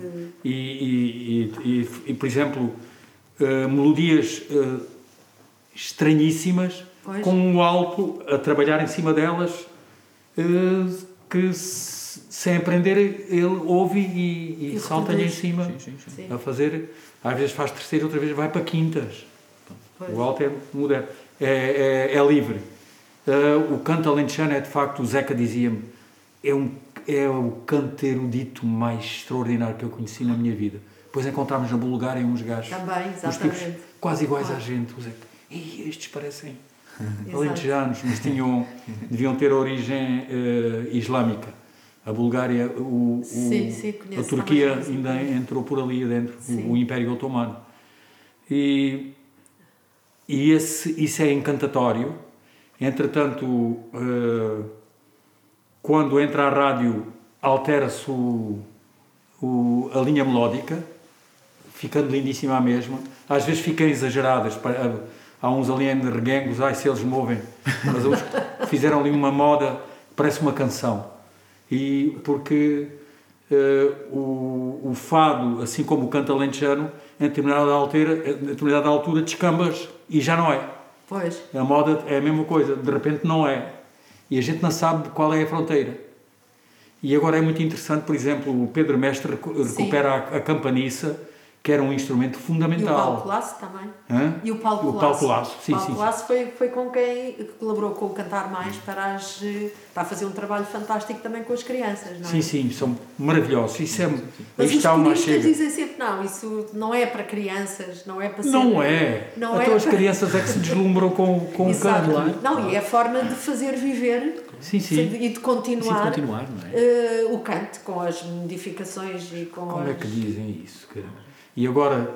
E, por exemplo, melodias estranhíssimas, Pois. com um alto a trabalhar em cima delas, que sem aprender ele ouve e salta-lhe em cima Sim. a fazer. Às vezes faz terceira, outra vez vai para quintas. Pois. O alto é moderno, é livre. O canto alentejano é, de facto, o Zeca dizia-me, é o canto erudito mais extraordinário que eu conheci na minha vida. Depois encontramos na Bulgária uns gajos, Também, uns exatamente. tipos quase iguais Claro. à gente. O Zeca, estes parecem Exato. alentejanos, mas deviam ter origem islâmica. A Bulgária, Sim, a conheço Turquia também. ainda entrou por ali adentro, Sim. o Império Otomano. E isso é encantatório. Entretanto, quando entra a rádio, altera-se a linha melódica, ficando lindíssima a mesma. Às vezes ficam exageradas. Há uns ali em reguengos, se eles movem. Mas eles fizeram ali uma moda, parece uma canção. E porque o fado, assim como o canto alentejano, em determinada altura descambas e já não é. Pois. A moda é a mesma coisa, de repente não é. E a gente não sabe qual é a fronteira. E agora é muito interessante, por exemplo, o Pedro Mestre recupera a campaniça, que era um instrumento E o fundamental. Paulo Colasso também. Hã? E o Paulo Colasso. Paulo Colasso, sim, Paulo sim. Colasso foi com quem colaborou com o Cantar Mais para a fazer um trabalho fantástico também com as crianças, não é? Sim, sim, são maravilhosos. Isso é, Mas aí os está uma coristas chega. dizem sempre, não, isso não é para crianças, não é para ser... Não é. Não Então é as para... crianças é que se deslumbram com o Exato. canto. Não, e é a forma de fazer viver Sim, sim. e de continuar, não é? o canto, com as modificações e com Como é as... que dizem isso, cara? E agora,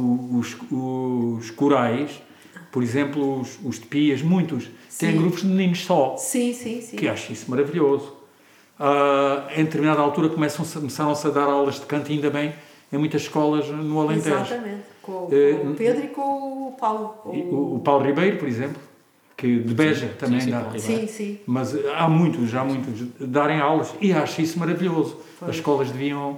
os corais, por exemplo, os tepias, muitos, têm Sim. grupos de meninos só, Sim, sim, sim. que acho isso maravilhoso. Em determinada altura começaram-se a dar aulas de canto, ainda bem, em muitas escolas no Alentejo. Exatamente. Com o Pedro e com o Paulo. O Paulo Ribeiro, por exemplo, que de Beja também sim, dá. Paulo Sim, sim. Mas há muitos darem aulas e acho isso maravilhoso. Pois. As escolas deviam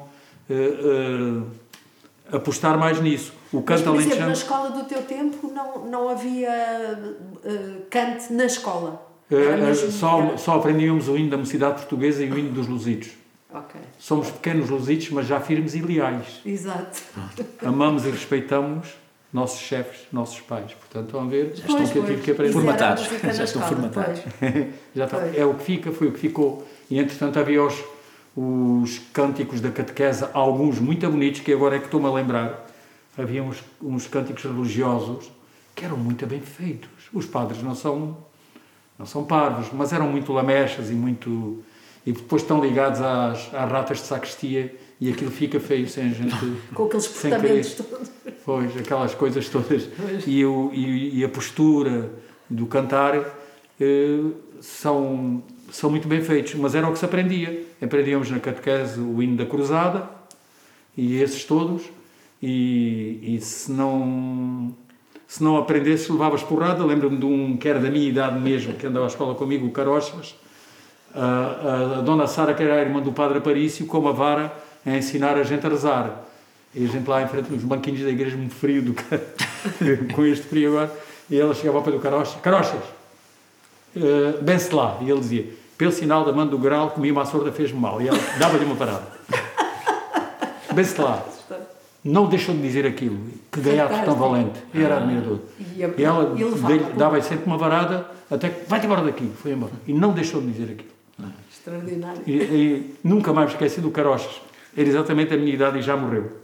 apostar mais nisso. O Mas, canto por exemplo, na alentejano escola do teu tempo não havia cante na escola? Era mesmo- era- só aprendíamos o hino da mocidade portuguesa e o hino dos lusíados. Ok, Somos pequenos lusíados, mas já firmes e leais. exato. Amamos e respeitamos nossos chefes, nossos pais. Portanto, estão a ver? Já Pois, que eu tive pois. que aprender. Isso era Formatados. música na Já estão escola, formatados. pois. Já está. Pois. É o que fica, foi o que ficou. E entretanto havia os cânticos da catequese, alguns muito bonitos, que agora é que estou-me a lembrar. Havia uns cânticos religiosos que eram muito bem feitos. Os padres não são parvos, mas eram muito lamechas e depois estão ligados às ratas de sacristia e aquilo fica feio sem a gente... Com aqueles sem portamentos querer. todos. Pois, aquelas coisas todas. E a postura do cantar são muito bem feitos, mas era o que se aprendia. Aprendíamos na catequese o hino da cruzada e esses todos, e se não aprendesse, levavas porrada. Lembro-me de um que era da minha idade mesmo, que andava à escola comigo, o Carochas, a Dona Sara, que era a irmã do Padre Aparício, com uma vara a ensinar a gente a rezar. E a gente lá em frente, nos banquinhos da igreja, muito frio, com este frio agora, e ela chegava ao pé do Carochas: Carochas, bem-se lá. E ele dizia: pelo sinal da mão do grau, comi uma açorda, fez-me mal. E ela dava-lhe uma parada: bem-se lá. Não deixou de dizer aquilo, que gaiato tão valente. E era admirador. E ela levava. dava-lhe sempre uma varada, até que vai-te embora daqui. Foi embora. E não deixou de dizer aquilo. Extraordinário. E nunca mais me esqueci do Carochas. Era exatamente a minha idade e já morreu.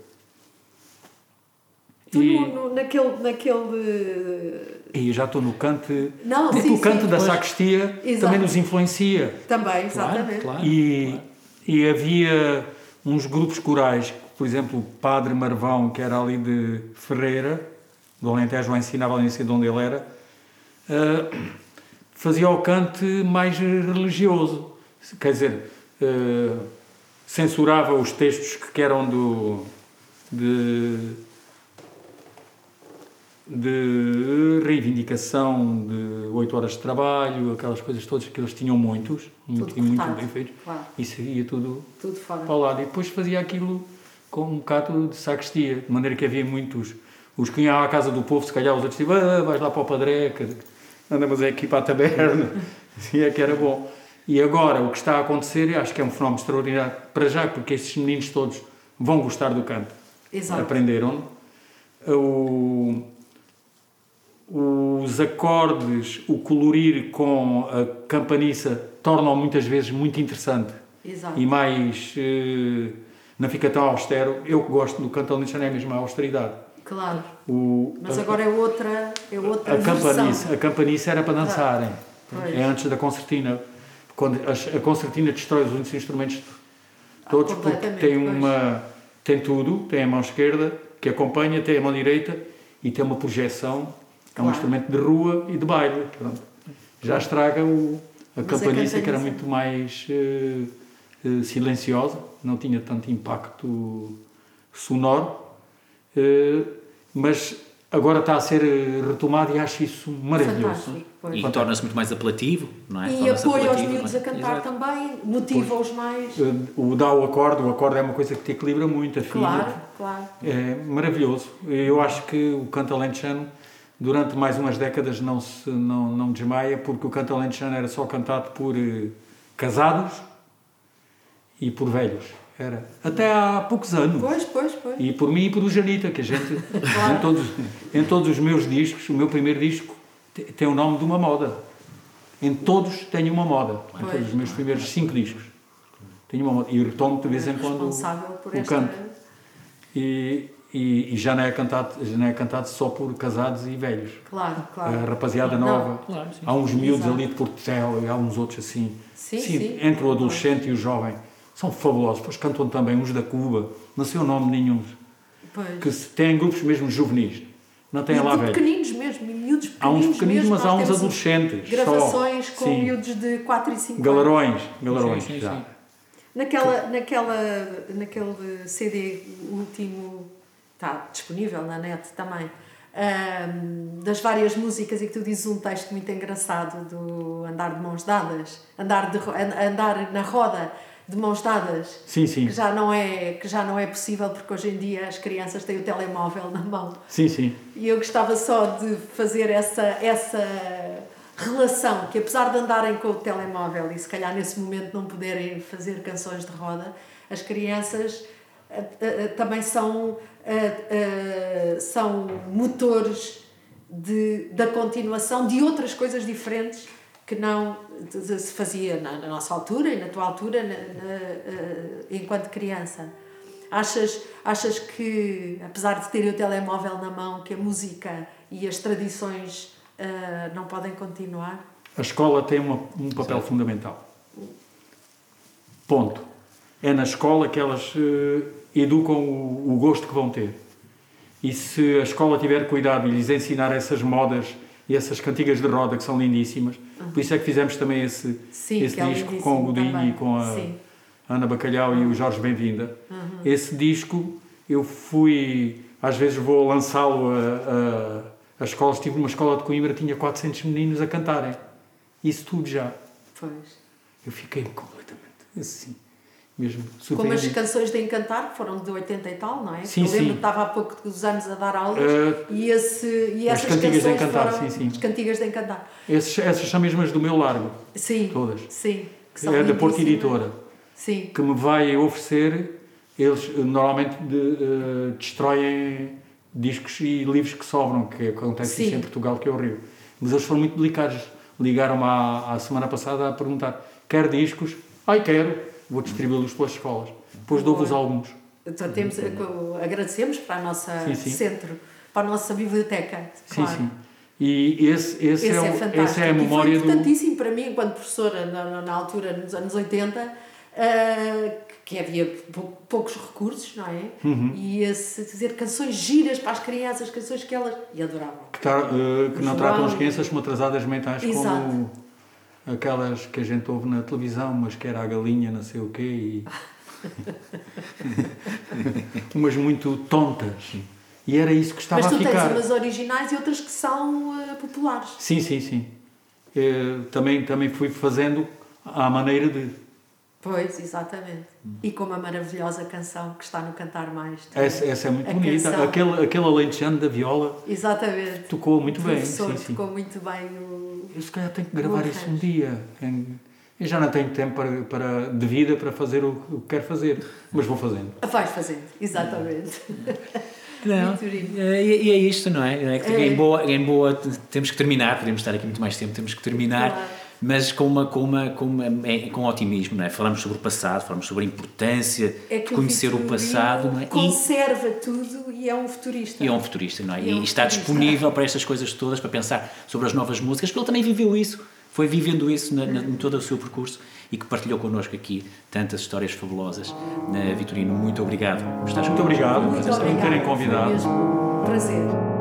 Tu E naquele... eu já estou no canto. Não, Porque sim, o canto sim, da pois. sacristia Exato. também nos influencia. Também, exatamente. Claro. E havia uns grupos corais, por exemplo, o Padre Marvão, que era ali de Ferreira, do Alentejo, lá ensinava ali em cima de onde ele era, fazia o cante mais religioso. Quer dizer, censurava os textos que eram de reivindicação de 8 horas de trabalho, aquelas coisas todas que eles tinham muito bem feitos, claro. E seguia tudo fora. para o lado. E depois fazia aquilo com um bocado de sacristia, de maneira que havia muitos, os que iam à casa do povo, se calhar os outros diziam, vais lá para o Padreca, andamos aqui para a taberna, assim é que era bom. E agora, o que está a acontecer, acho que é um fenómeno extraordinário, para já, porque estes meninos todos vão gostar do canto. Exato. Aprenderam. Os acordes, o colorir com a campaniça tornam muitas vezes muito interessante. Exato. E mais, não fica tão austero. Eu que gosto do canto alentejano é mesmo a austeridade. Claro. Mas agora é outra a campaniça era para dançarem. É antes da concertina. Quando a concertina destrói os outros instrumentos todos, porque tem tudo, tem a mão esquerda que acompanha, tem a mão direita e tem uma projeção, é um instrumento de rua e de baile. Pronto. Já estraga a campaniça, que era muito mais silenciosa, não tinha tanto impacto sonoro, mas agora está a ser retomado e acho isso maravilhoso. E torna-se muito mais apelativo, não é? E apoia os miúdos a cantar também, motiva-os mais. O acorde é uma coisa que te equilibra muito, a filha. Claro. É maravilhoso. Eu acho que o canto alentejano, durante mais umas décadas, não desmaia, porque o canto alentejano era só cantado por casados e por velhos. Era. Até há poucos anos. Pois. E por mim e por o Janita, que a gente, em todos os meus discos, o meu primeiro disco tem o nome de uma moda. Em todos tenho uma moda. Em todos os meus primeiros 5 discos. Tenho uma moda. E retomo de vez em quando o canto. E já não é cantado só por casados e velhos. Claro. A rapaziada nova. Claro, há uns miúdos ali de Portela e há uns outros assim. Sim. Entre o adolescente e o jovem. São fabulosos. Depois cantam também uns da Cuba. Não sei o nome nenhum. Que têm grupos mesmo juvenis. Não têm lá velhos. Pequeninos mesmo, miúdos pequeninos. Há uns pequeninos, mesmo, mas há uns adolescentes. Gravações com miúdos de 4 e 5 anos. Galarões, sim. já. Naquele CD último, está disponível na net também, das várias músicas, e que tu dizes um texto muito engraçado do andar de mãos dadas, andar na roda de mãos dadas, sim. que já não é possível, porque hoje em dia as crianças têm o telemóvel na mão. Sim. E eu gostava só de fazer essa relação, que apesar de andarem com o telemóvel e se calhar nesse momento não poderem fazer canções de roda, as crianças também são motores da continuação de outras coisas diferentes que não se fazia na nossa altura e na tua altura enquanto criança. Achas que, apesar de terem o telemóvel na mão, que a música e as tradições não podem continuar? A escola tem um papel fundamental. Ponto. É na escola que elas educam o gosto que vão ter. E se a escola tiver cuidado e lhes ensinar essas modas e essas cantigas de roda que são lindíssimas, por isso é que fizemos também esse disco com o Godinho também. E com a Ana Bacalhau e o Jorge Bem-vinda. Esse disco, eu às vezes vou lançá-lo a escolas. Tive uma escola de Coimbra, tinha 400 meninos a cantarem. Isso tudo já. Pois. Eu fiquei completamente assim, mesmo surpreendido. Como as canções de Encantar, que foram de 80 e tal, não é? Sim, eu lembro que estava há poucos anos a dar aulas e essas cantigas de Encantar, foram as cantigas de Encantar. Essas são mesmo as do meu largo. Sim. Todas. Sim. Que é da Porta Editora. Sim. Que me vai oferecer, eles normalmente destroem discos e livros que sobram, que acontece isso em Portugal, que é horrível. Mas eles foram muito delicados. Ligaram-me à semana passada a perguntar: quer discos? Quero. Vou distribuí-los pelas escolas. Depois dou-vos alguns. Então agradecemos para a nossa centro, para a nossa biblioteca. Claro. Sim. E esse é a memória e foi importantíssimo para mim, enquanto professora, na altura, nos anos 80, que havia poucos recursos, não é? E dizer canções giras para as crianças, canções que elas... E adoravam. Que não tratam as crianças como atrasadas mentais. Exato. Como aquelas que a gente ouve na televisão, mas que era a galinha, não sei o quê, umas muito tontas. E era isso que estava a ficar. Mas tu tens umas originais e outras que são populares. Sim. Também fui fazendo à maneira de... Pois, exatamente. E com uma maravilhosa canção que está no Cantar Mais. Essa é muito bonita. Aquele alentejano da viola. Exatamente. Tocou muito bem. Sim. Tocou muito bem Eu se calhar tenho que gravar isso um dia. Eu já não tenho tempo de vida para fazer o que quero fazer, mas vou fazendo. Vais fazendo, exatamente. Não, e é isto, não é? Em boa temos que terminar, podemos estar aqui muito mais tempo, temos que terminar, claro. Mas com otimismo, não é? Falamos sobre o passado, falamos sobre a importância de conhecer o passado, não é? Conserva tudo e é um futurista. E é um futurista, não é? E está disponível para estas coisas todas, para pensar sobre as novas músicas, porque ele também viveu isso, foi vivendo isso em todo o seu percurso e que partilhou connosco aqui tantas histórias fabulosas. Vitorino, muito obrigado. Muito obrigado por terem convidado. Foi mesmo um prazer.